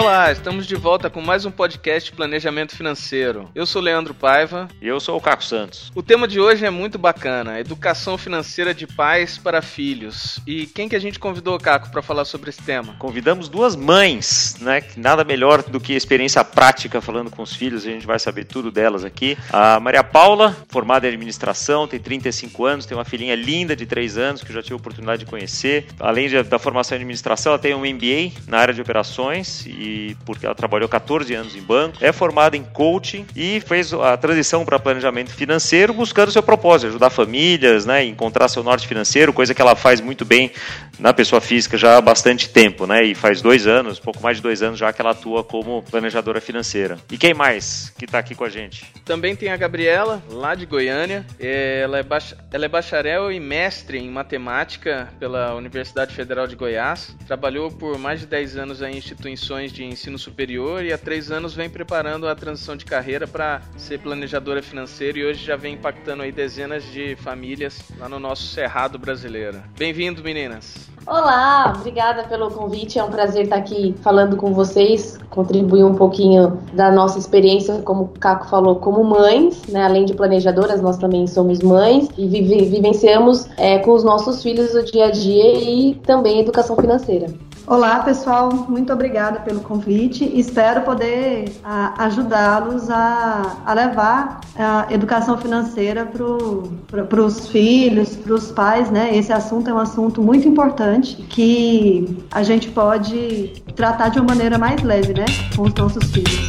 Olá, estamos de volta com mais um podcast de Planejamento Financeiro. Eu sou Leandro Paiva. E eu sou o Caco Santos. O tema de hoje é muito bacana, educação financeira de pais para filhos. E quem que a gente convidou, Caco, para falar sobre esse tema? Convidamos duas mães, né? Nada melhor do que experiência prática falando com os filhos, a gente vai saber tudo delas aqui. A Maria Paula, formada em administração, tem 35 anos, tem uma filhinha linda de 3 anos, que eu já tive a oportunidade de conhecer. Além da formação em administração, ela tem um MBA na área de operações, e porque ela trabalhou 14 anos em banco, é formada em coaching e fez a transição para planejamento financeiro buscando seu propósito, ajudar famílias, né, encontrar seu norte financeiro, coisa que ela faz muito bem na pessoa física já há bastante tempo, né, e faz 2 anos, pouco mais de 2 anos já que ela atua como planejadora financeira. E quem mais que está aqui com a gente? Também tem a Gabriela, lá de Goiânia. Ela é bacharel e mestre em matemática pela Universidade Federal de Goiás, trabalhou por mais de 10 anos em instituições de ensino superior e há 3 anos vem preparando a transição de carreira para ser planejadora financeira e hoje já vem impactando aí dezenas de famílias lá no nosso Cerrado brasileiro. Bem-vindo, meninas! Olá, obrigada pelo convite, é um prazer estar aqui falando com vocês, contribuir um pouquinho da nossa experiência, como o Caco falou, como mães, né? Além de planejadoras, nós também somos mães e vivenciamos com os nossos filhos o dia a dia e também a educação financeira. Olá, pessoal, muito obrigada pelo convite. Espero poder ajudá-los a levar a educação financeira para os filhos, para os pais, né? Esse assunto é um assunto muito importante que a gente pode tratar de uma maneira mais leve, né, com os nossos filhos.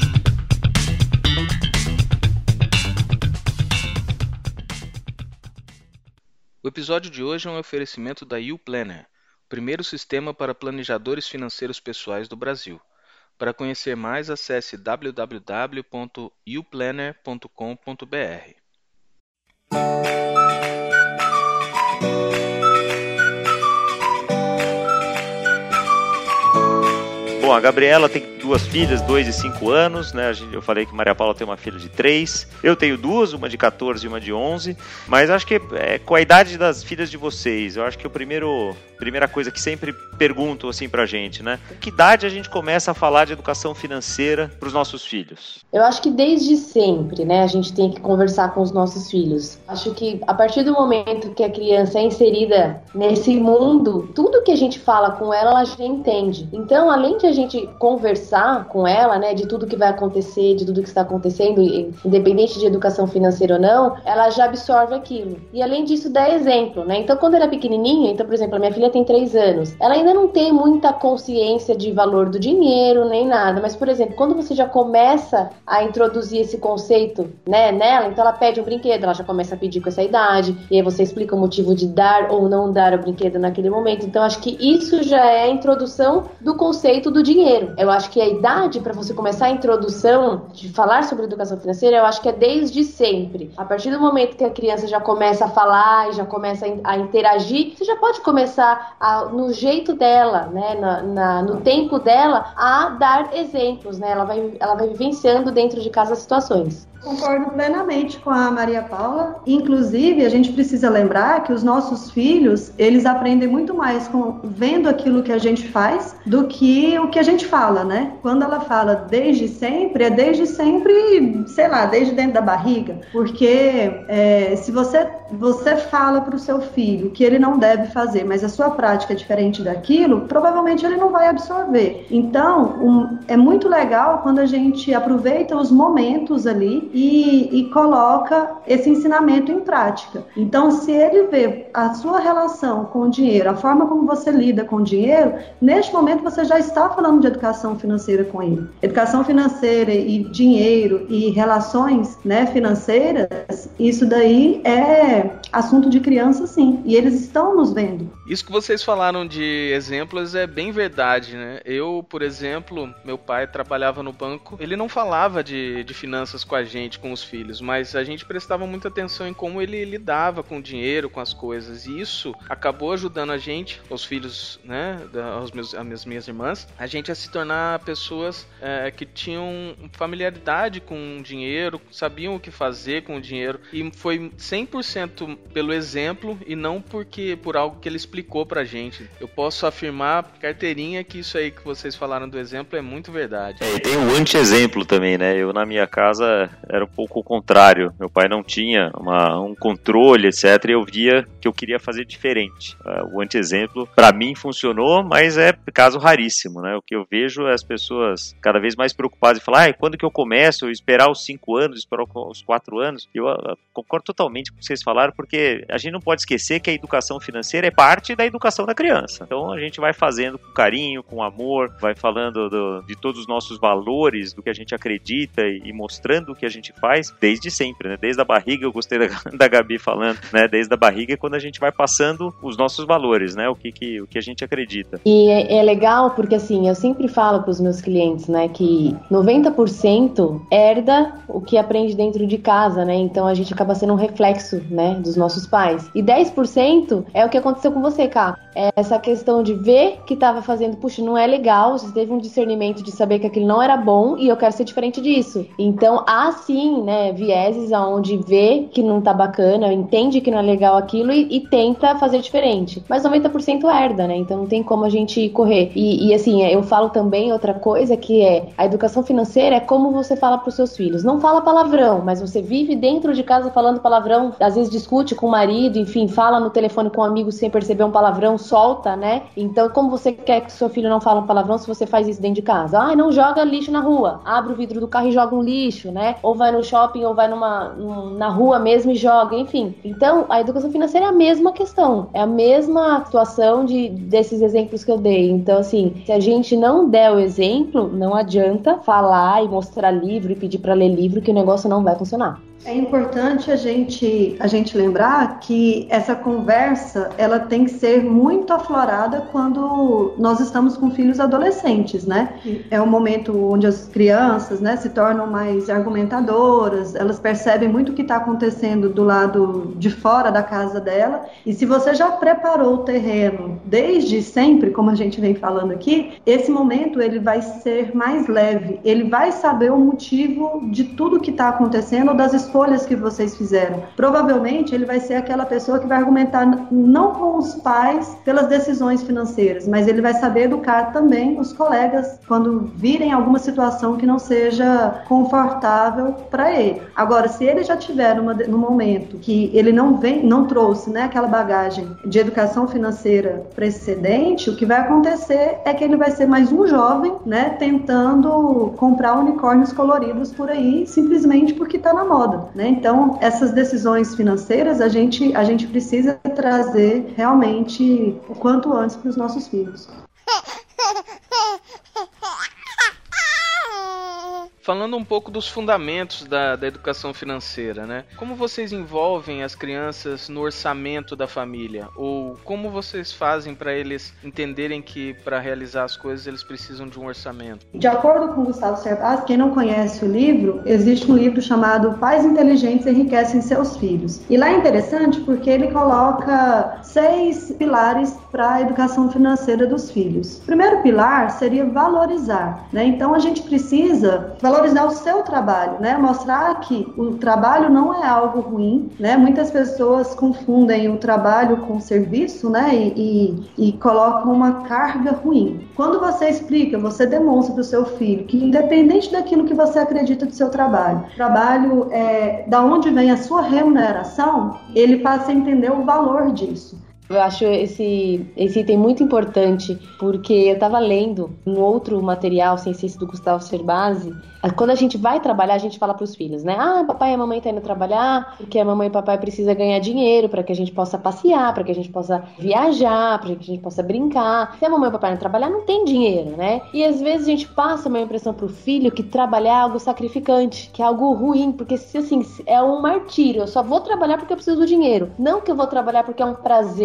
O episódio de hoje é um oferecimento da YouPlanner, primeiro sistema para planejadores financeiros pessoais do Brasil. Para conhecer mais, acesse www.youplanner.com.br. Bom, a Gabriela tem 2 filhas, 2 e 5 anos, né? Eu falei que Maria Paula tem uma filha de 3. Eu tenho 2, uma de 14 e uma de 11. Mas acho que com a idade das filhas de vocês, eu acho que primeira coisa que sempre perguntam assim pra gente, né? Com que idade a gente começa a falar de educação financeira pros nossos filhos? Eu acho que desde sempre, né, a gente tem que conversar com os nossos filhos. Acho que a partir do momento que a criança é inserida nesse mundo, tudo que a gente fala com ela já entende. Então, além de a gente conversar com ela, né, de tudo que vai acontecer, de tudo que está acontecendo, independente de educação financeira ou não, ela já absorve aquilo. E além disso, dá exemplo, né? Então, quando ela é pequenininha, então, por exemplo, a minha filha tem 3 anos, ela ainda não tem muita consciência de valor do dinheiro, nem nada, mas, por exemplo, quando você já começa a introduzir esse conceito, né, nela, então ela pede um brinquedo, ela já começa a pedir com essa idade, e aí você explica o motivo de dar ou não dar o brinquedo naquele momento. Então, acho que isso já é a introdução do conceito do dinheiro. Eu acho que a idade para você começar a introdução de falar sobre educação financeira, eu acho que é desde sempre. A partir do momento que a criança já começa a falar e já começa a interagir, você já pode começar no jeito dela, né, no tempo dela, a dar exemplos, né? Ela vai vivenciando dentro de casa as situações. Concordo plenamente com a Maria Paula. Inclusive, a gente precisa lembrar que os nossos filhos, eles aprendem muito mais vendo aquilo que a gente faz do que o que a gente fala, né? Quando ela fala desde sempre, é desde sempre, sei lá, desde dentro da barriga. Porque se você fala para o seu filho que ele não deve fazer, mas a sua prática é diferente daquilo, provavelmente ele não vai absorver. Então, é muito legal quando a gente aproveita os momentos ali e coloca esse ensinamento em prática. Então, se ele vê a sua relação com o dinheiro, a forma como você lida com o dinheiro, neste momento você já está falando de educação financeira com ele. Educação financeira e dinheiro e relações, né, financeiras, isso daí é assunto de criança, sim. E eles estão nos vendo. Isso que vocês falaram de exemplos é bem verdade, né? Eu, por exemplo, meu pai trabalhava no banco, ele não falava de finanças com a gente, com os filhos, mas a gente prestava muita atenção em como ele lidava com o dinheiro, com as coisas, e isso acabou ajudando a gente, os filhos, né, as minhas irmãs, a gente a se tornar pessoas que tinham familiaridade com o dinheiro, sabiam o que fazer com o dinheiro, e foi 100% pelo exemplo e não por algo que ele explicou pra gente. Eu posso afirmar, carteirinha, que isso aí que vocês falaram do exemplo é muito verdade. E tem o anti-exemplo também, né? Eu, na minha casa, era um pouco o contrário. Meu pai não tinha um controle, etc. E eu via que eu queria fazer diferente. O anti-exemplo, pra mim, funcionou, mas é caso raríssimo, né? O que eu vejo é as pessoas cada vez mais preocupadas em falar, quando que eu começo? Esperar os 5 anos, esperar os 4 anos? Eu concordo totalmente com o que vocês falaram, porque a gente não pode esquecer que a educação financeira é parte da educação da criança. Então a gente vai fazendo com carinho, com amor, vai falando de todos os nossos valores, do que a gente acredita e mostrando o que a gente faz desde sempre, né? Desde a barriga, eu gostei da Gabi falando, né? Desde a barriga é quando a gente vai passando os nossos valores, né? O que a gente acredita. E é legal porque, assim, eu sempre falo para os meus clientes, né, que 90% herda o que aprende dentro de casa, né? Então a gente acaba sendo um reflexo, né, dos nossos pais. E 10% é o que aconteceu com você, Cá. É essa questão de ver que estava fazendo, puxa, não é legal, você teve um discernimento de saber que aquilo não era bom e eu quero ser diferente disso. Então há sim, né, vieses aonde vê que não tá bacana, entende que não é legal aquilo e tenta fazer diferente. Mas 90% herda, né? Então não tem como a gente correr. E assim, eu falo também outra coisa que é a educação financeira é como você fala pros seus filhos. Não fala palavrão, mas você vive dentro de casa falando palavrão, às vezes discute com o marido, enfim, fala no telefone com um amigo sem perceber um palavrão, solta, né? Então, como você quer que seu filho não fale um palavrão se você faz isso dentro de casa? Não joga lixo na rua. Abre o vidro do carro e joga um lixo, né? Ou vai no shopping, ou vai na rua mesmo e joga, enfim. Então, a educação financeira é a mesma questão. É a mesma situação desses exemplos que eu dei. Então, assim, se a gente não der o exemplo, não adianta falar e mostrar livro e pedir para ler livro que o negócio não vai funcionar. É importante a gente lembrar que essa conversa ela tem que ser muito aflorada quando nós estamos com filhos adolescentes, né? É um momento onde as crianças, né, se tornam mais argumentadoras, elas percebem muito o que está acontecendo do lado de fora da casa dela, e se você já preparou o terreno desde sempre, como a gente vem falando aqui, esse momento ele vai ser mais leve, ele vai saber o motivo de tudo que está acontecendo ou das escolhas que vocês fizeram. Provavelmente ele vai ser aquela pessoa que vai argumentar não com os pais pelas decisões financeiras, mas ele vai saber educar também os colegas quando virem alguma situação que não seja confortável para ele. Agora, se ele já tiver no momento que ele não trouxe, né, aquela bagagem de educação financeira precedente, o que vai acontecer é que ele vai ser mais um jovem, né, tentando comprar unicórnios coloridos por aí, simplesmente porque está na moda. Né? Então, essas decisões financeiras a gente precisa trazer realmente o quanto antes para os nossos filhos. Falando um pouco dos fundamentos da educação financeira, né? Como vocês envolvem as crianças no orçamento da família? Ou como vocês fazem para eles entenderem que para realizar as coisas eles precisam de um orçamento? De acordo com Gustavo Cerbasi, quem não conhece o livro, existe um livro chamado Pais Inteligentes Enriquecem Seus Filhos. E lá é interessante porque ele coloca 6 pilares para a educação financeira dos filhos. O primeiro pilar seria valorizar, né? Então a gente precisa valorizar o seu trabalho, né? Mostrar que o trabalho não é algo ruim, né? Muitas pessoas confundem o trabalho com o serviço, né? E colocam uma carga ruim. Quando você explica, você demonstra para o seu filho que independente daquilo que você acredita do seu trabalho é da onde vem a sua remuneração, ele passa a entender o valor disso. Eu acho esse item muito importante, porque eu estava lendo um outro material, sem ser esse do Gustavo Cerbasi. Quando a gente vai trabalhar, a gente fala para os filhos, né? Papai e a mamãe estão indo trabalhar, porque a mamãe e o papai precisam ganhar dinheiro para que a gente possa passear, para que a gente possa viajar, para que a gente possa brincar. Se a mamãe e o papai não trabalhar, não tem dinheiro, né? E às vezes a gente passa uma impressão para o filho que trabalhar é algo sacrificante, que é algo ruim, porque assim, é um martírio. Eu só vou trabalhar porque eu preciso do dinheiro. Não que eu vou trabalhar porque é um prazer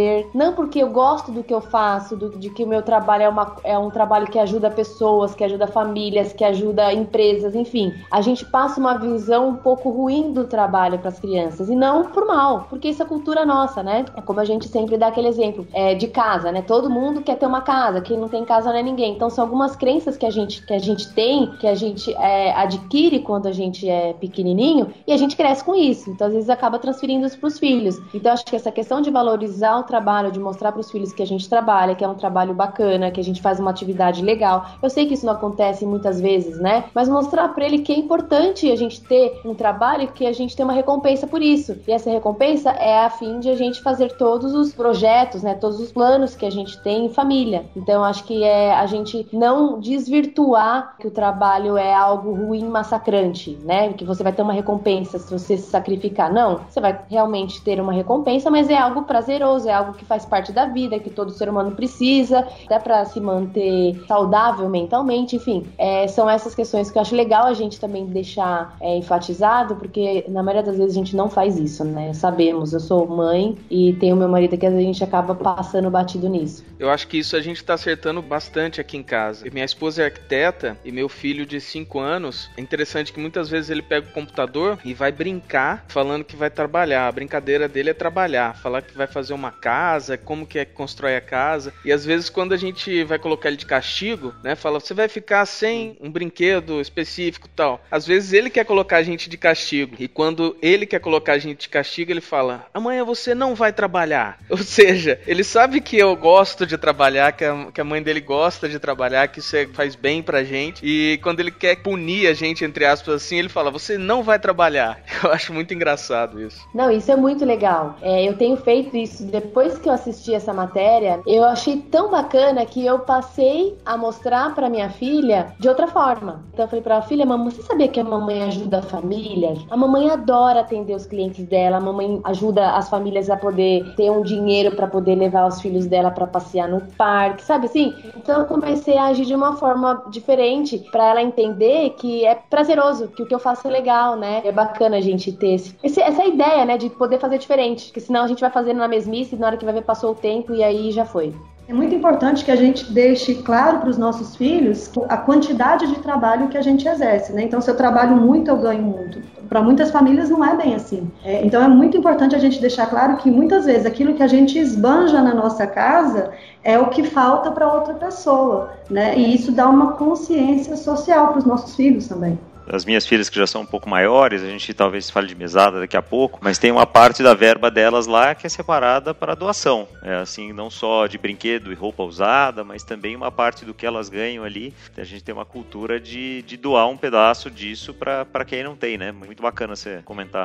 fazer, não porque eu gosto do que eu faço, de que o meu trabalho é um trabalho que ajuda pessoas, que ajuda famílias, que ajuda empresas, enfim. A gente passa uma visão um pouco ruim do trabalho para as crianças, e não por mal, porque isso é cultura nossa, né? É como a gente sempre dá aquele exemplo de casa, né? Todo mundo quer ter uma casa, quem não tem casa não é ninguém. Então são algumas crenças que a gente tem, que a gente adquire quando a gente é pequenininho, e a gente cresce com isso. Então às vezes acaba transferindo isso para os filhos. Então acho que essa questão de valorizar o trabalho, de mostrar para os filhos que a gente trabalha, que é um trabalho bacana, que a gente faz uma atividade legal. Eu sei que isso não acontece muitas vezes, né? Mas mostrar para ele que é importante a gente ter um trabalho, que a gente tem uma recompensa por isso. E essa recompensa é a fim de a gente fazer todos os projetos, né? Todos os planos que a gente tem em família. Então acho que é a gente não desvirtuar que o trabalho é algo ruim, massacrante, né? Que você vai ter uma recompensa se você se sacrificar. Não, você vai realmente ter uma recompensa, mas é algo prazeroso, é algo que faz parte da vida, que todo ser humano precisa, até para se manter saudável mentalmente, enfim. São essas questões que eu acho legal a gente também deixar enfatizado, porque na maioria das vezes a gente não faz isso, né? Sabemos, eu sou mãe e tenho meu marido que às vezes a gente acaba passando batido nisso. Eu acho que isso a gente tá acertando bastante aqui em casa. Minha esposa é arquiteta e meu filho de 5 anos, é interessante que muitas vezes ele pega o computador e vai brincar falando que vai trabalhar. A brincadeira dele é trabalhar, falar que vai fazer uma casa, como que constrói a casa. E às vezes quando a gente vai colocar ele de castigo, né, fala, você vai ficar sem um brinquedo específico e tal. Às vezes ele quer colocar a gente de castigo. E quando ele quer colocar a gente de castigo, ele fala, amanhã você não vai trabalhar. Ou seja, ele sabe que eu gosto de trabalhar, que a mãe dele gosta de trabalhar, que isso faz bem pra gente. E quando ele quer punir a gente, entre aspas, assim, ele fala, você não vai trabalhar. Eu acho muito engraçado isso. Não, isso é muito legal. Eu tenho feito isso. Depois que eu assisti essa matéria, eu achei tão bacana que eu passei a mostrar pra minha filha de outra forma. Então eu falei pra ela, filha, mamãe, você sabia que a mamãe ajuda a família? A mamãe adora atender os clientes dela, a mamãe ajuda as famílias a poder ter um dinheiro pra poder levar os filhos dela pra passear no parque, sabe assim? Então eu comecei a agir de uma forma diferente pra ela entender que é prazeroso, que o que eu faço é legal, né? É bacana a gente ter essa ideia, né, de poder fazer diferente, porque senão a gente vai fazendo na mesmice e na hora que vai ver passou o tempo e aí já foi. É muito importante que a gente deixe claro para os nossos filhos a quantidade de trabalho que a gente exerce, né? Então, se eu trabalho muito, eu ganho muito. Para muitas famílias não é bem assim. Então, é muito importante a gente deixar claro que muitas vezes aquilo que a gente esbanja na nossa casa é o que falta para outra pessoa, né? E isso dá uma consciência social para os nossos filhos também. As minhas filhas que já são um pouco maiores, a gente talvez fale de mesada daqui a pouco, mas tem uma parte da verba delas lá que é separada para doação. Assim, não só de brinquedo e roupa usada, mas também uma parte do que elas ganham ali. A gente tem uma cultura de doar um pedaço disso para quem não tem, né? Muito bacana você comentar.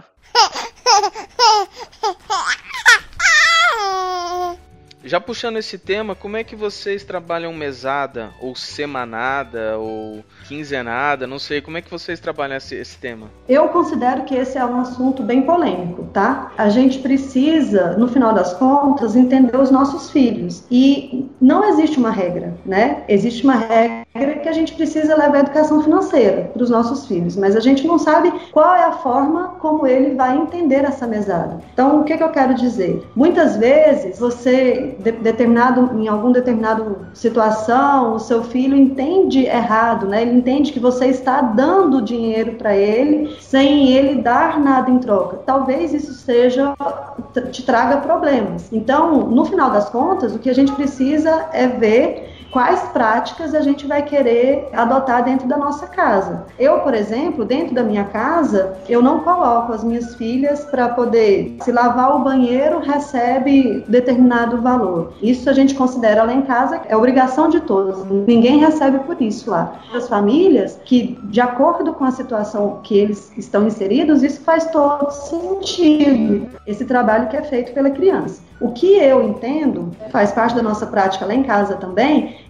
Já puxando esse tema, como é que vocês trabalham mesada, ou semanada, ou quinzenada, não sei, como é que vocês trabalham esse tema? Eu considero que esse é um assunto bem polêmico, tá? A gente precisa, no final das contas, entender os nossos filhos. E não existe uma regra, né? Existe uma regra que a gente precisa levar a educação financeira para os nossos filhos, mas a gente não sabe qual é a forma como ele vai entender essa mesada. Então, o que eu quero dizer? Muitas vezes, você... em algum determinado situação, o seu filho entende errado, né? Ele entende que você está dando dinheiro para ele sem ele dar nada em troca. Talvez isso te traga problemas. Então, no final das contas, o que a gente precisa é ver quais práticas a gente vai querer adotar dentro da nossa casa. Eu, por exemplo, dentro da minha casa, eu não coloco as minhas filhas para poder, se lavar o banheiro, recebe determinado valor. Isso a gente considera lá em casa, é obrigação de todos. Ninguém recebe por isso lá. As famílias que, de acordo com a situação que eles estão inseridos, isso faz todo sentido. Esse trabalho que é feito pela criança. O que eu entendo, faz parte da nossa prática lá em casa também,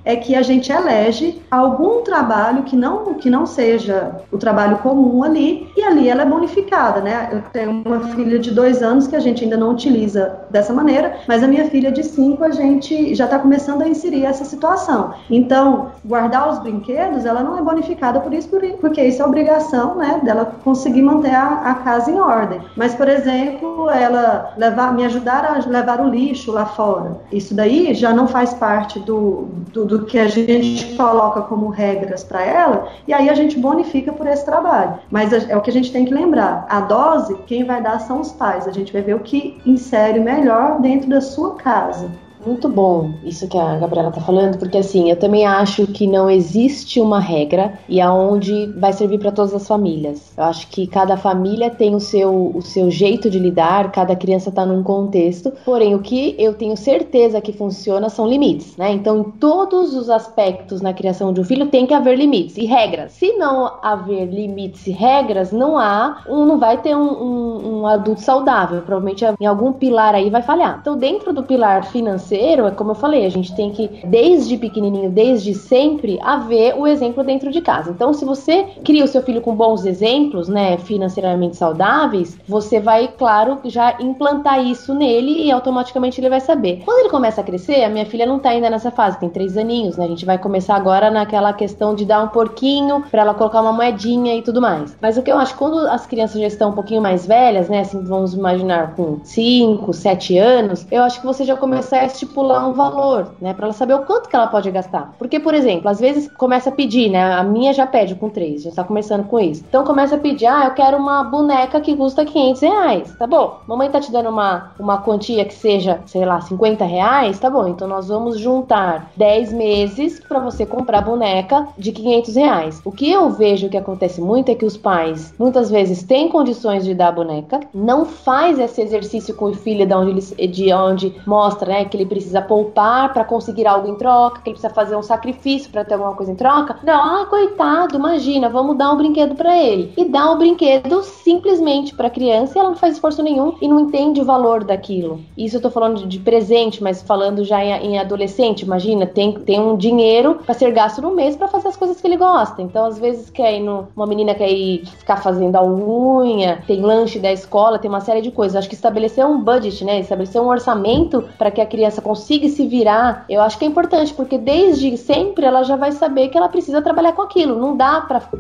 é que a gente elege algum trabalho que não seja o trabalho comum ali, e ali ela é bonificada, né? Eu tenho uma filha de 2 anos que a gente ainda não utiliza dessa maneira, mas a minha filha de 5 a gente já está começando a inserir essa situação. Então, guardar os brinquedos, ela não é bonificada por isso, porque isso é obrigação, né, dela conseguir manter a casa em ordem. Mas, por exemplo, ela me ajudar a levar o lixo lá fora, isso daí já não faz parte do que a gente coloca como regras para ela, e aí a gente bonifica por esse trabalho. Mas é o que a gente tem que lembrar, a dose, quem vai dar são os pais, a gente vai ver o que insere melhor dentro da sua casa. Muito bom isso que a Gabriela tá falando, porque assim, eu também acho que não existe uma regra e aonde vai servir para todas as famílias. Eu acho que cada família tem o seu jeito de lidar, cada criança tá num contexto, porém o que eu tenho certeza que funciona são limites, né? Então, em todos os aspectos na criação de um filho tem que haver limites e regras. Se não haver limites e regras, não vai ter um adulto saudável, provavelmente em algum pilar aí vai falhar. Então, dentro do pilar financeiro, é como eu falei, a gente tem que, desde pequenininho, desde sempre, haver o exemplo dentro de casa. Então, se você cria o seu filho com bons exemplos, né, financeiramente saudáveis, você vai, claro, já implantar isso nele e automaticamente ele vai saber. Quando ele começa a crescer, a minha filha não tá ainda nessa fase, tem 3 aninhos, né, a gente vai começar agora naquela questão de dar um porquinho pra ela colocar uma moedinha e tudo mais. Mas o que eu acho, quando as crianças já estão um pouquinho mais velhas, né, assim, vamos imaginar com 5, 7 anos, eu acho que você já começa a estipular um valor, né, para ela saber o quanto que ela pode gastar. Porque, por exemplo, às vezes começa a pedir, né, a minha já pede com 3, já está começando com isso. Então começa a pedir, eu quero uma boneca que custa R$500, tá bom? Mamãe tá te dando uma quantia que seja, sei lá, R$50, tá bom? Então nós vamos juntar 10 meses para você comprar boneca de R$500. O que eu vejo que acontece muito é que os pais, muitas vezes, têm condições de dar a boneca, não faz esse exercício com o filho de onde mostra, né, que ele precisa poupar para conseguir algo em troca, que ele precisa fazer um sacrifício para ter alguma coisa em troca. Não, coitado, imagina, vamos dar um brinquedo para ele. E dá um brinquedo simplesmente para a criança e ela não faz esforço nenhum e não entende o valor daquilo. Isso eu tô falando de presente, mas falando já em adolescente, imagina, tem um dinheiro para ser gasto no mês para fazer as coisas que ele gosta. Então, às vezes, uma menina quer ir ficar fazendo a unha, tem lanche da escola, tem uma série de coisas. Acho que estabelecer um budget, né, estabelecer um orçamento para que a criança consiga se virar, eu acho que é importante, porque desde sempre ela já vai saber que ela precisa trabalhar com aquilo, não dá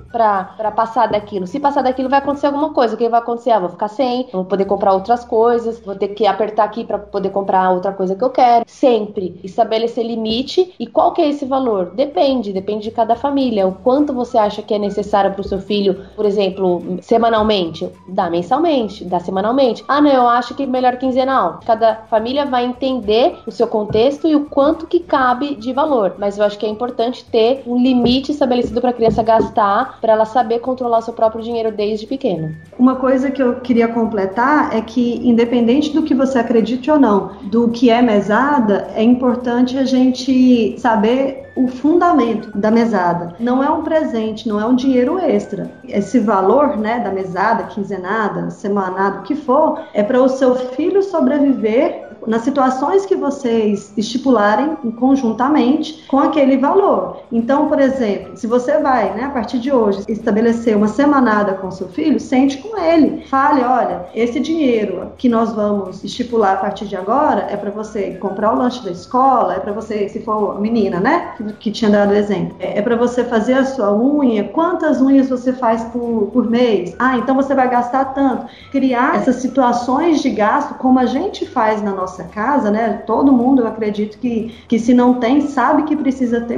pra passar daquilo. Se passar daquilo vai acontecer alguma coisa, o que vai acontecer? Vou ficar sem, não vou poder comprar outras coisas, vou ter que apertar aqui pra poder comprar outra coisa que eu quero. Sempre estabelecer limite. E qual que é esse valor? Depende de cada família, o quanto você acha que é necessário pro seu filho, por exemplo, semanalmente, dá mensalmente, dá semanalmente. Não, eu acho que é melhor quinzenal. Cada família vai entender o seu contexto e o quanto que cabe de valor, mas eu acho que é importante ter um limite estabelecido para a criança gastar, para ela saber controlar o seu próprio dinheiro desde pequeno. Uma coisa que eu queria completar é que, independente do que você acredite ou não, do que é mesada, é importante a gente saber o fundamento da mesada. Não é um presente, não é um dinheiro extra. Esse valor, né, da mesada, quinzenada, semanada, o que for, é para o seu filho sobreviver nas situações que vocês estipularem conjuntamente com aquele valor. Então, por exemplo, se você vai, né, a partir de hoje, estabelecer uma semanada com seu filho, sente com ele. Fale, olha, esse dinheiro que nós vamos estipular a partir de agora é para você comprar o lanche da escola, é para você, se for menina, né, que tinha dado o exemplo, é para você fazer a sua unha, quantas unhas você faz por mês? Então você vai gastar tanto. Criar essas situações de gasto, como a gente faz na nossa casa, né? Todo mundo, eu acredito que se não tem, sabe que precisa ter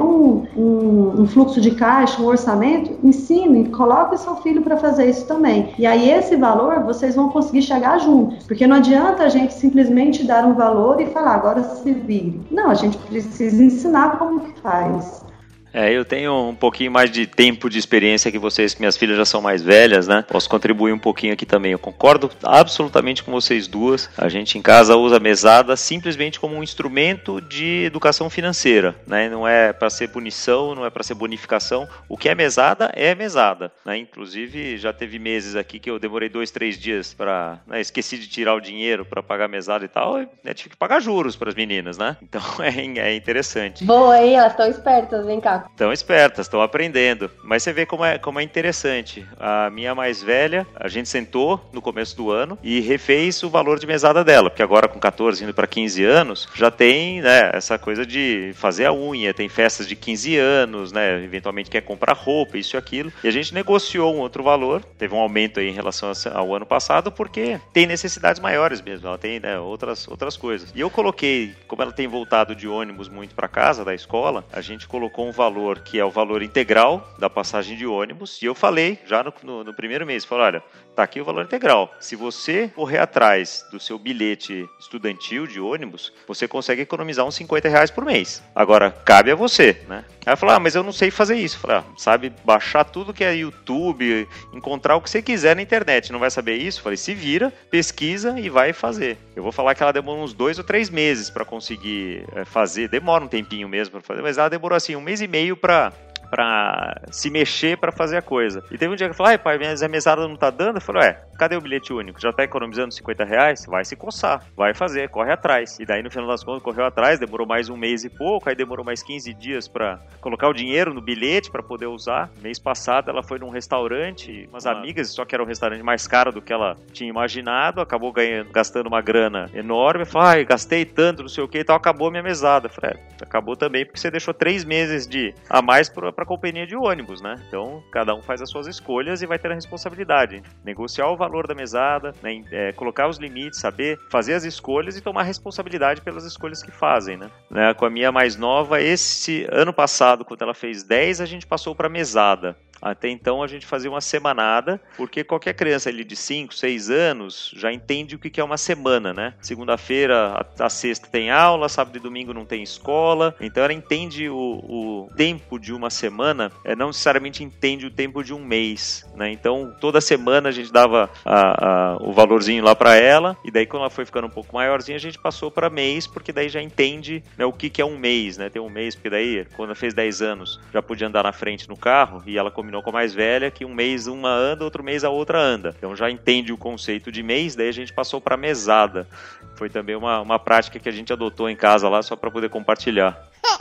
um fluxo de caixa, um orçamento. Ensine, coloque o seu filho para fazer isso também. E aí esse valor vocês vão conseguir chegar juntos, porque não adianta a gente simplesmente dar um valor e falar, agora se vire. Não, a gente precisa ensinar como que faz. Eu tenho um pouquinho mais de tempo de experiência que vocês, que minhas filhas já são mais velhas, né? Posso contribuir um pouquinho aqui também. Eu concordo absolutamente com vocês duas. A gente em casa usa a mesada simplesmente como um instrumento de educação financeira, né? Não é para ser punição, não é para ser bonificação. O que é mesada, né? Inclusive, já teve meses aqui que eu demorei 2-3 dias para, né, esqueci de tirar o dinheiro para pagar a mesada e tal, e tive que pagar juros para as meninas, né? Então é interessante. Boa, hein? Elas estão espertas, vem cá. Estão espertas, estão aprendendo. Mas você vê como é interessante. A minha mais velha, a gente sentou no começo do ano e refez o valor de mesada dela, porque agora com 14 indo para 15 anos, já tem, né, essa coisa de fazer a unha, tem festas de 15 anos, né, eventualmente quer comprar roupa, isso e aquilo. E a gente negociou um outro valor, teve um aumento aí em relação ao ano passado, porque tem necessidades maiores mesmo, ela tem, né, outras coisas. E eu coloquei, como ela tem voltado de ônibus muito para casa da escola, a gente colocou um valor que é o valor integral da passagem de ônibus, e eu falei já no primeiro mês, falei, olha, tá aqui o valor integral. Se você correr atrás do seu bilhete estudantil de ônibus, você consegue economizar uns R$50 por mês. Agora, cabe a você, né? Aí eu falei, mas eu não sei fazer isso. Eu falei, sabe baixar tudo que é YouTube, encontrar o que você quiser na internet, não vai saber isso? Eu falei, se vira, pesquisa e vai fazer. Eu vou falar que ela demorou uns 2 ou 3 meses para conseguir fazer, demora um tempinho mesmo para fazer, mas ela demorou assim 1 mês e meio para se mexer para fazer a coisa. E teve um dia que eu falei, pai, minha mesada não tá dando? Eu falei, cadê o bilhete único? Já tá economizando R$50? Vai se coçar, vai fazer, corre atrás. E daí no final das contas correu atrás, demorou mais 1 mês e pouco, aí demorou mais 15 dias para colocar o dinheiro no bilhete para poder usar. Mês passado ela foi num restaurante, umas amigas, só que era um restaurante mais caro do que ela tinha imaginado, acabou gastando uma grana enorme. Eu falei, gastei tanto, não sei o que e tal, acabou a minha mesada. Eu falei, acabou também porque você deixou 3 meses a mais para a companhia de ônibus, né? Então, cada um faz as suas escolhas e vai ter a responsabilidade. Negociar o valor da mesada, né? Colocar os limites, saber fazer as escolhas e tomar responsabilidade pelas escolhas que fazem, né? Com a minha mais nova, esse ano passado, quando ela fez 10, a gente passou para mesada. Até então a gente fazia uma semanada, porque qualquer criança ali de 5, 6 anos já entende o que é uma semana, né? Segunda-feira a sexta tem aula, sábado e domingo não tem escola, então ela entende o tempo de uma semana, não necessariamente entende o tempo de um mês, né? Então toda semana a gente dava o valorzinho lá para ela, e daí quando ela foi ficando um pouco maiorzinha a gente passou para mês, porque daí já entende, né, o que é um mês, né? Tem um mês, porque daí quando ela fez 10 anos já podia andar na frente no carro, e ela combinou com a mais velha que um mês uma anda, outro mês a outra anda. Então já entende o conceito de mês, daí a gente passou para mesada. Foi também uma prática que a gente adotou em casa lá, só para poder compartilhar.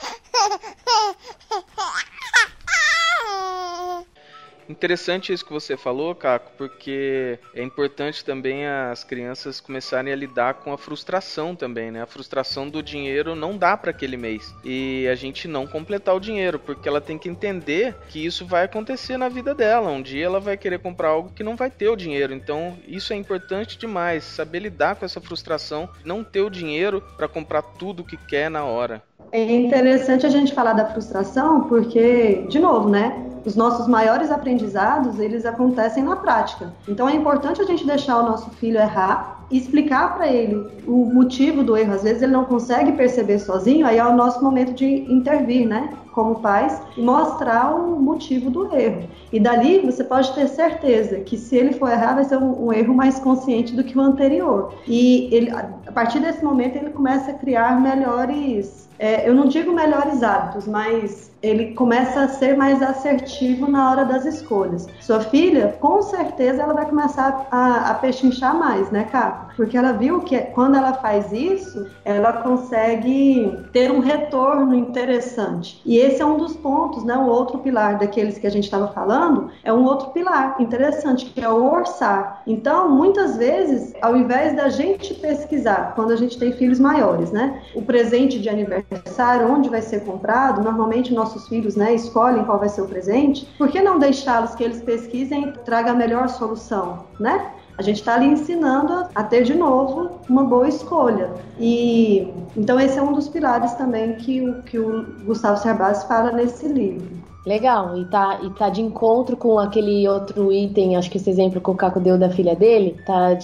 Interessante isso que você falou, Caco, porque é importante também as crianças começarem a lidar com a frustração também, né? A frustração do dinheiro não dá para aquele mês e a gente não completar o dinheiro, porque ela tem que entender que isso vai acontecer na vida dela. Um dia ela vai querer comprar algo que não vai ter o dinheiro, então isso é importante demais, saber lidar com essa frustração, não ter o dinheiro para comprar tudo o que quer na hora. É interessante a gente falar da frustração porque, de novo, né? Os nossos maiores aprendizados, eles acontecem na prática. Então é importante a gente deixar o nosso filho errar e explicar para ele o motivo do erro. Às vezes ele não consegue perceber sozinho, aí é o nosso momento de intervir, né? Como pais, e mostrar o motivo do erro. E dali você pode ter certeza que se ele for errar, vai ser um erro mais consciente do que o anterior. E ele, a partir desse momento ele começa a criar melhores, eu não digo melhores hábitos, mas ele começa a ser mais assertivo na hora das escolhas. Sua filha, com certeza, ela vai começar a pechinchar mais, né, Caco? Porque ela viu que quando ela faz isso, ela consegue ter um retorno interessante. E esse é um dos pontos, né? O outro pilar daqueles que a gente estava falando, é um outro pilar interessante, que é o orçar. Então, muitas vezes, ao invés da gente pesquisar, quando a gente tem filhos maiores, né? O presente de aniversário, onde vai ser comprado, normalmente nossos filhos, né, escolhem qual vai ser o presente, por que não deixá-los que eles pesquisem e tragam a melhor solução, né? A gente está ali ensinando a ter de novo uma boa escolha. E então esse é um dos pilares também que o Gustavo Cerbasi fala nesse livro. Legal, e tá de encontro com aquele outro item, acho que esse exemplo que o Caco deu da filha dele,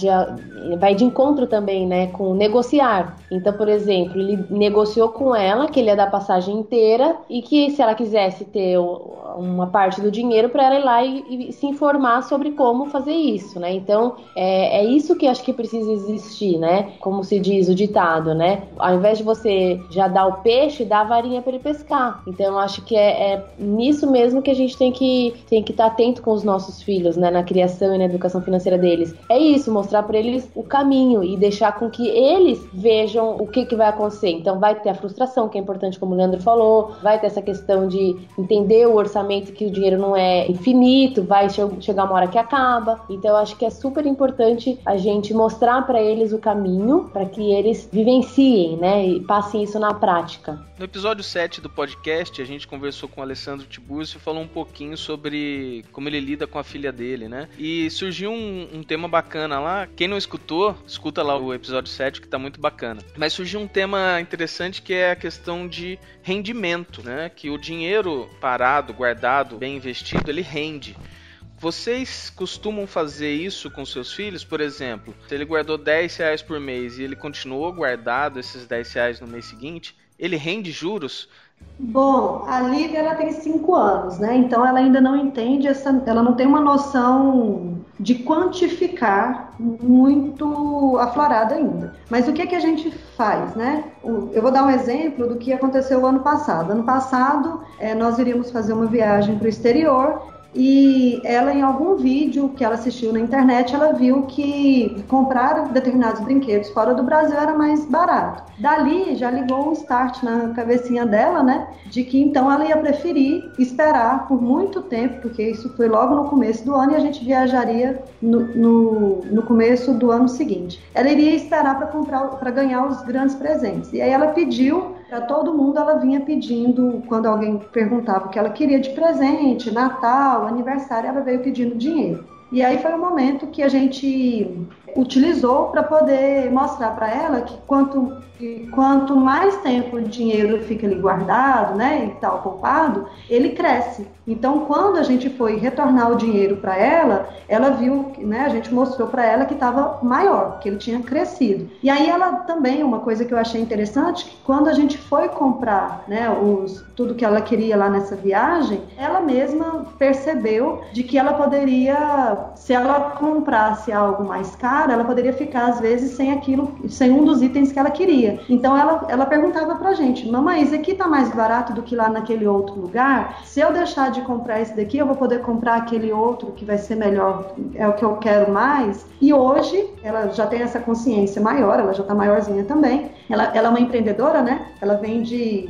vai de encontro também, né, com negociar. Então, por exemplo, ele negociou com ela que ele ia dar a passagem inteira e que se ela quisesse ter uma parte do dinheiro para ela ir lá e se informar sobre como fazer isso, né? Então, é isso que acho que precisa existir, né? Como se diz o ditado, né? Ao invés de você já dar o peixe, dá a varinha para ele pescar. Então, eu acho que é nisso mesmo que a gente tem que estar atento com os nossos filhos, né? Na criação e na educação financeira deles. É isso, mostrar para eles o caminho e deixar com que eles vejam o que vai acontecer. Então, vai ter a frustração, que é importante, como o Leandro falou, vai ter essa questão de entender o orçamento, que o dinheiro não é infinito, vai chegar uma hora que acaba. Então, eu acho que é super importante a gente mostrar para eles o caminho, para que eles vivenciem, né? E passem isso na prática. No episódio 7 do podcast, a gente conversou com o Alessandro Tiburcio e falou um pouquinho sobre como ele lida com a filha dele, né? E surgiu um tema bacana lá. Quem não escutou, escuta lá o episódio 7, que tá muito bacana. Mas surgiu um tema interessante, que é a questão de rendimento, né? Que o dinheiro parado, guardado, bem investido, ele rende. Vocês costumam fazer isso com seus filhos? Por exemplo, se ele guardou R$10 por mês e ele continuou guardado esses R$10 no mês seguinte, ele rende juros? Bom, a Lívia ela tem 5 anos, né? Então ela ainda não entende ela não tem uma noção de quantificar muito aflorada ainda. Mas o que a gente faz, né? Eu vou dar um exemplo do que aconteceu ano passado. Ano passado, nós iríamos fazer uma viagem para o exterior. E ela, em algum vídeo que ela assistiu na internet, ela viu que comprar determinados brinquedos fora do Brasil era mais barato. Dali já ligou um start na cabecinha dela, né? De que então ela ia preferir esperar por muito tempo, porque isso foi logo no começo do ano e a gente viajaria no começo do ano seguinte. Ela iria esperar para ganhar os grandes presentes. E aí ela pediu para todo mundo, ela vinha pedindo, quando alguém perguntava o que ela queria de presente, Natal, aniversário, ela veio pedindo dinheiro. E aí foi o momento que a gente utilizou para poder mostrar para ela que quanto mais tempo o dinheiro fica ali guardado, né, e tal, poupado, ele cresce. Então, quando a gente foi retornar o dinheiro para ela, ela viu, né, a gente mostrou para ela que estava maior, que ele tinha crescido. E aí ela também, uma coisa que eu achei interessante, que quando a gente foi comprar, né, tudo que ela queria lá nessa viagem, ela mesma percebeu de que ela poderia, se ela comprasse algo mais caro, ela poderia ficar, às vezes, sem um dos itens que ela queria. Então, ela perguntava pra gente: mamãe, isso aqui tá mais barato do que lá naquele outro lugar? Se eu deixar de comprar esse daqui, eu vou poder comprar aquele outro que vai ser melhor, é o que eu quero mais? E hoje, ela já tem essa consciência maior, ela já tá maiorzinha também. Ela é uma empreendedora, né? Ela vende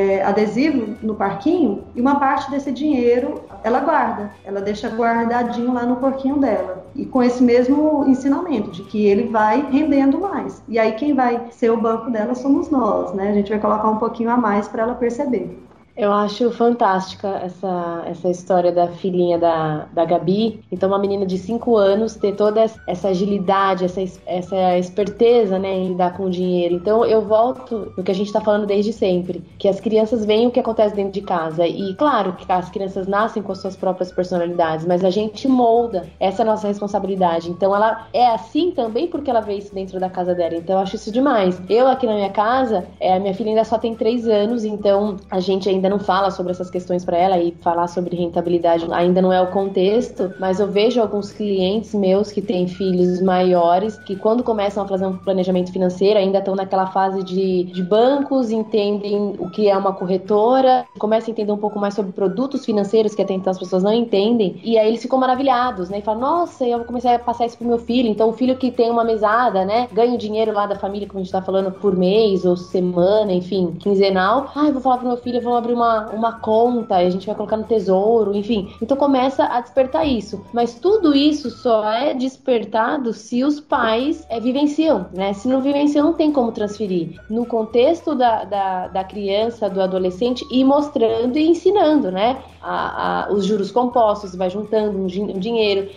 adesivo no parquinho, e uma parte desse dinheiro ela guarda, ela deixa guardadinho lá no porquinho dela, e com esse mesmo ensinamento de que ele vai rendendo mais, e aí quem vai ser o banco dela somos nós, né? A gente vai colocar um pouquinho a mais para ela perceber. Eu acho fantástica essa história da filhinha da Gabi. Então, uma menina de 5 anos ter toda essa agilidade, essa esperteza, né, em lidar com o dinheiro. Então, eu volto no que a gente está falando desde sempre, que as crianças veem o que acontece dentro de casa. E, claro, que as crianças nascem com as suas próprias personalidades, mas a gente molda. Essa é a nossa responsabilidade. Então, ela é assim também porque ela vê isso dentro da casa dela. Então, eu acho isso demais. Eu, aqui na minha casa, a minha filha ainda só tem 3 anos, então a gente ainda não fala sobre essas questões para ela, e falar sobre rentabilidade ainda não é o contexto, mas eu vejo alguns clientes meus que têm filhos maiores, que quando começam a fazer um planejamento financeiro, ainda estão naquela fase de bancos, entendem o que é uma corretora, começam a entender um pouco mais sobre produtos financeiros, que até então as pessoas não entendem, e aí eles ficam maravilhados, né, e falam: nossa, eu vou começar a passar isso pro meu filho. Então o filho que tem uma mesada, né, ganha o dinheiro lá da família, como a gente tá falando, por mês ou semana, enfim, quinzenal, eu vou falar pro meu filho, vamos abrir uma conta, a gente vai colocar no tesouro, enfim. Então começa a despertar isso. Mas tudo isso só é despertado se os pais vivenciam, né? Se não vivenciam, não tem como transferir. No contexto da criança, do adolescente, ir mostrando e ensinando, né? Os juros compostos, vai juntando um dinheiro.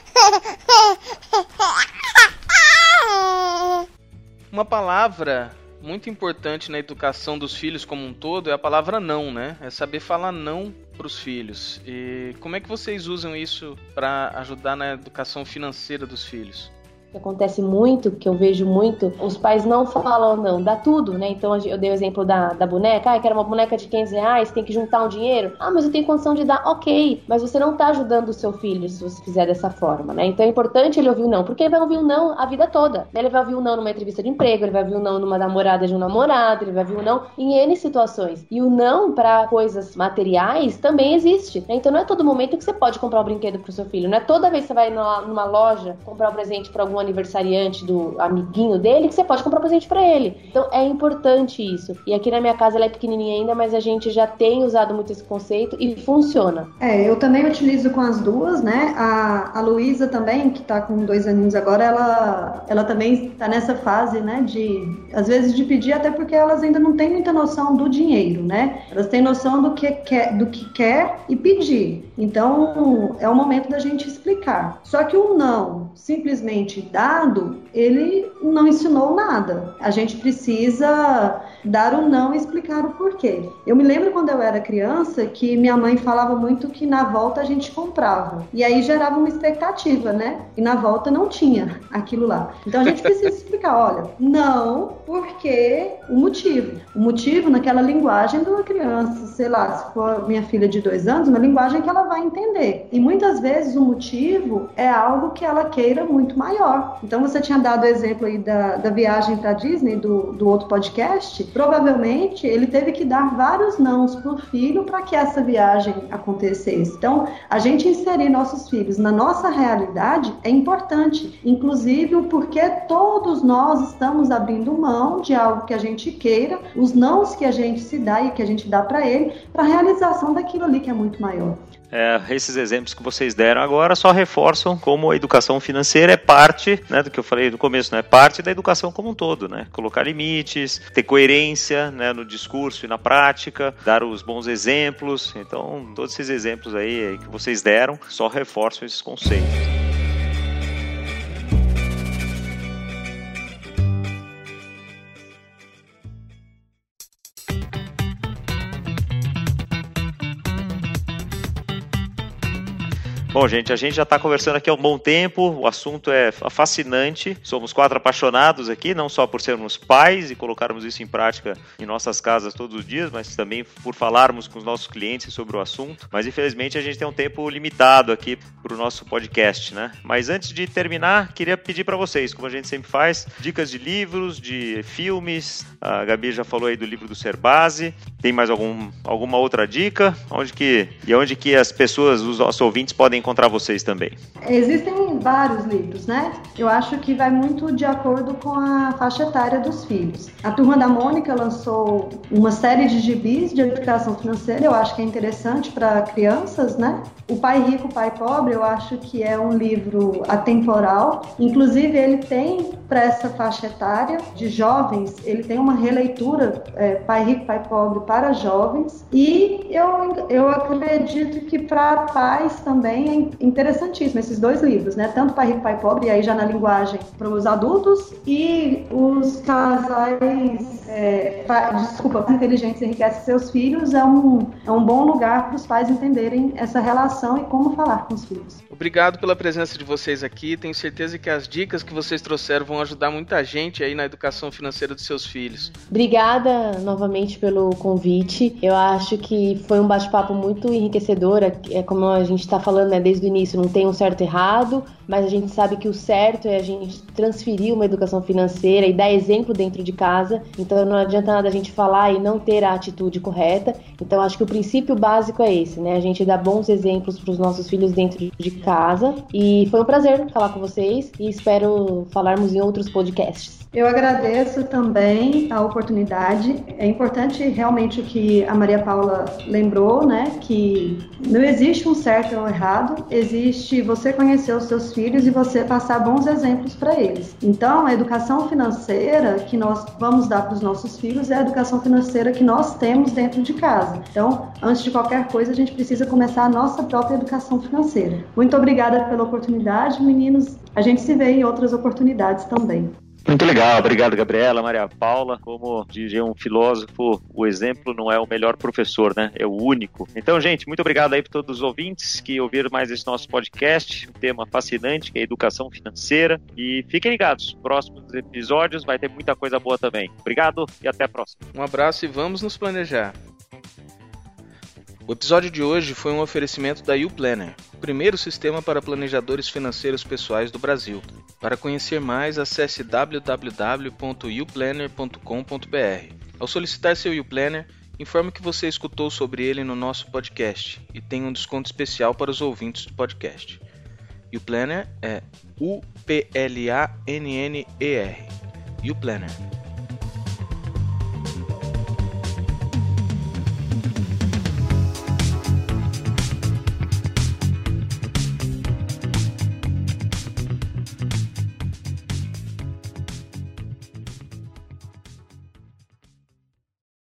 Uma palavra muito importante na educação dos filhos como um todo é a palavra não, né? É saber falar não para os filhos. E como é que vocês usam isso para ajudar na educação financeira dos filhos? Que acontece muito, que eu vejo muito, os pais não falam não, dá tudo, né? Então eu dei o exemplo da boneca, eu quero uma boneca de R$500, tem que juntar um dinheiro. Mas eu tenho condição de dar, ok, mas você não tá ajudando o seu filho se você fizer dessa forma, né? Então é importante ele ouvir o não, porque ele vai ouvir o não a vida toda. Ele vai ouvir o não numa entrevista de emprego, ele vai ouvir o não numa namorada de um namorado, ele vai ouvir o não em N situações. E o não para coisas materiais também existe, né? Então não é todo momento que você pode comprar um brinquedo pro seu filho, não é toda vez que você vai numa loja comprar um presente para algum aniversariante do amiguinho dele que você pode comprar presente pra ele. Então é importante isso. E aqui na minha casa ela é pequenininha ainda, mas a gente já tem usado muito esse conceito e funciona. Eu também utilizo com as duas, né? A Luísa também, que tá com 2 aninhos agora, ela também tá nessa fase, né? Às vezes de pedir, até porque elas ainda não têm muita noção do dinheiro, né? Elas têm noção do que quer e pedir. Então é o momento da gente explicar. Só que o não simplesmente dado, ele não ensinou nada. A gente precisa dar o não e explicar o porquê. Eu me lembro quando eu era criança que minha mãe falava muito que na volta a gente comprava. E aí gerava uma expectativa, né? E na volta não tinha aquilo lá. Então a gente precisa explicar, olha, não, porque o motivo. O motivo naquela linguagem de uma criança, sei lá, se for minha filha de 2 anos, uma linguagem que ela vai entender. E muitas vezes o motivo é algo que ela queira muito maior. Então você tinha dado o exemplo aí da viagem para Disney, do outro podcast. Provavelmente ele teve que dar vários nãos pro filho para que essa viagem acontecesse. Então a gente inserir nossos filhos na nossa realidade é importante, inclusive o porquê todos nós estamos abrindo mão de algo que a gente queira, os nãos que a gente se dá e que a gente dá para ele, para a realização daquilo ali que é muito maior. Esses exemplos que vocês deram agora só reforçam como a educação financeira é parte, né, do que eu falei no começo, né, parte da educação como um todo, né, colocar limites, ter coerência, né, no discurso e na prática, dar os bons exemplos. Então, todos esses exemplos aí que vocês deram só reforçam esses conceitos. Bom, gente, a gente já está conversando aqui há um bom tempo, o assunto é fascinante, somos 4 apaixonados aqui, não só por sermos pais e colocarmos isso em prática em nossas casas todos os dias, mas também por falarmos com os nossos clientes sobre o assunto, mas infelizmente a gente tem um tempo limitado aqui para o nosso podcast, né? Mas antes de terminar, queria pedir para vocês, como a gente sempre faz, dicas de livros, de filmes, a Gabi já falou aí do livro do Ser Base, tem mais alguma outra dica? Onde que as pessoas, os nossos ouvintes podem encontrar vocês também? Existem vários livros, né? Eu acho que vai muito de acordo com a faixa etária dos filhos. A Turma da Mônica lançou uma série de gibis de educação financeira, eu acho que é interessante para crianças, né? O Pai Rico, Pai Pobre, eu acho que é um livro atemporal. Inclusive, ele tem para essa faixa etária de jovens, ele tem uma releitura, Pai Rico, Pai Pobre, para jovens. E eu acredito que para pais também é interessantíssimo esses 2 livros, né? Tanto Pai Rico, Pai Pobre, e aí já na linguagem para os adultos, e os casais, inteligentes enriquecem seus filhos, é um bom lugar para os pais entenderem essa relação e como falar com os filhos. Obrigado pela presença de vocês aqui, tenho certeza que as dicas que vocês trouxeram vão ajudar muita gente aí na educação financeira dos seus filhos. Obrigada novamente pelo convite, eu acho que foi um bate-papo muito enriquecedor, como a gente está falando, né, desde o início, não tem um certo e errado, mas a gente sabe que o certo é a gente transferir uma educação financeira e dar exemplo dentro de casa, então não adianta nada a gente falar e não ter a atitude correta, então acho que o princípio básico é esse, né, a gente dá bons exemplos para os nossos filhos dentro de casa, e foi um prazer falar com vocês e espero falarmos em outros podcasts. Eu agradeço também a oportunidade. É importante realmente o que a Maria Paula lembrou, né? Que não existe um certo ou errado, existe você conhecer os seus filhos e você passar bons exemplos para eles. Então, a educação financeira que nós vamos dar para os nossos filhos é a educação financeira que nós temos dentro de casa. Então, antes de qualquer coisa, a gente precisa começar a nossa própria educação financeira. Muito obrigada pela oportunidade, meninos. A gente se vê em outras oportunidades também. Muito legal, obrigado Gabriela, Maria Paula. Como dizia um filósofo, o exemplo não é o melhor professor, né? É o único. Então, gente, muito obrigado aí para todos os ouvintes que ouviram mais esse nosso podcast, um tema fascinante que é a educação financeira. E fiquem ligados, próximos episódios vai ter muita coisa boa também. Obrigado e até a próxima. Um abraço e vamos nos planejar. O episódio de hoje foi um oferecimento da YouPlanner, o primeiro sistema para planejadores financeiros pessoais do Brasil. Para conhecer mais, acesse www.youplanner.com.br. Ao solicitar seu YouPlanner, informe que você escutou sobre ele no nosso podcast e tem um desconto especial para os ouvintes do podcast. YouPlanner é UPLANNER. YouPlanner.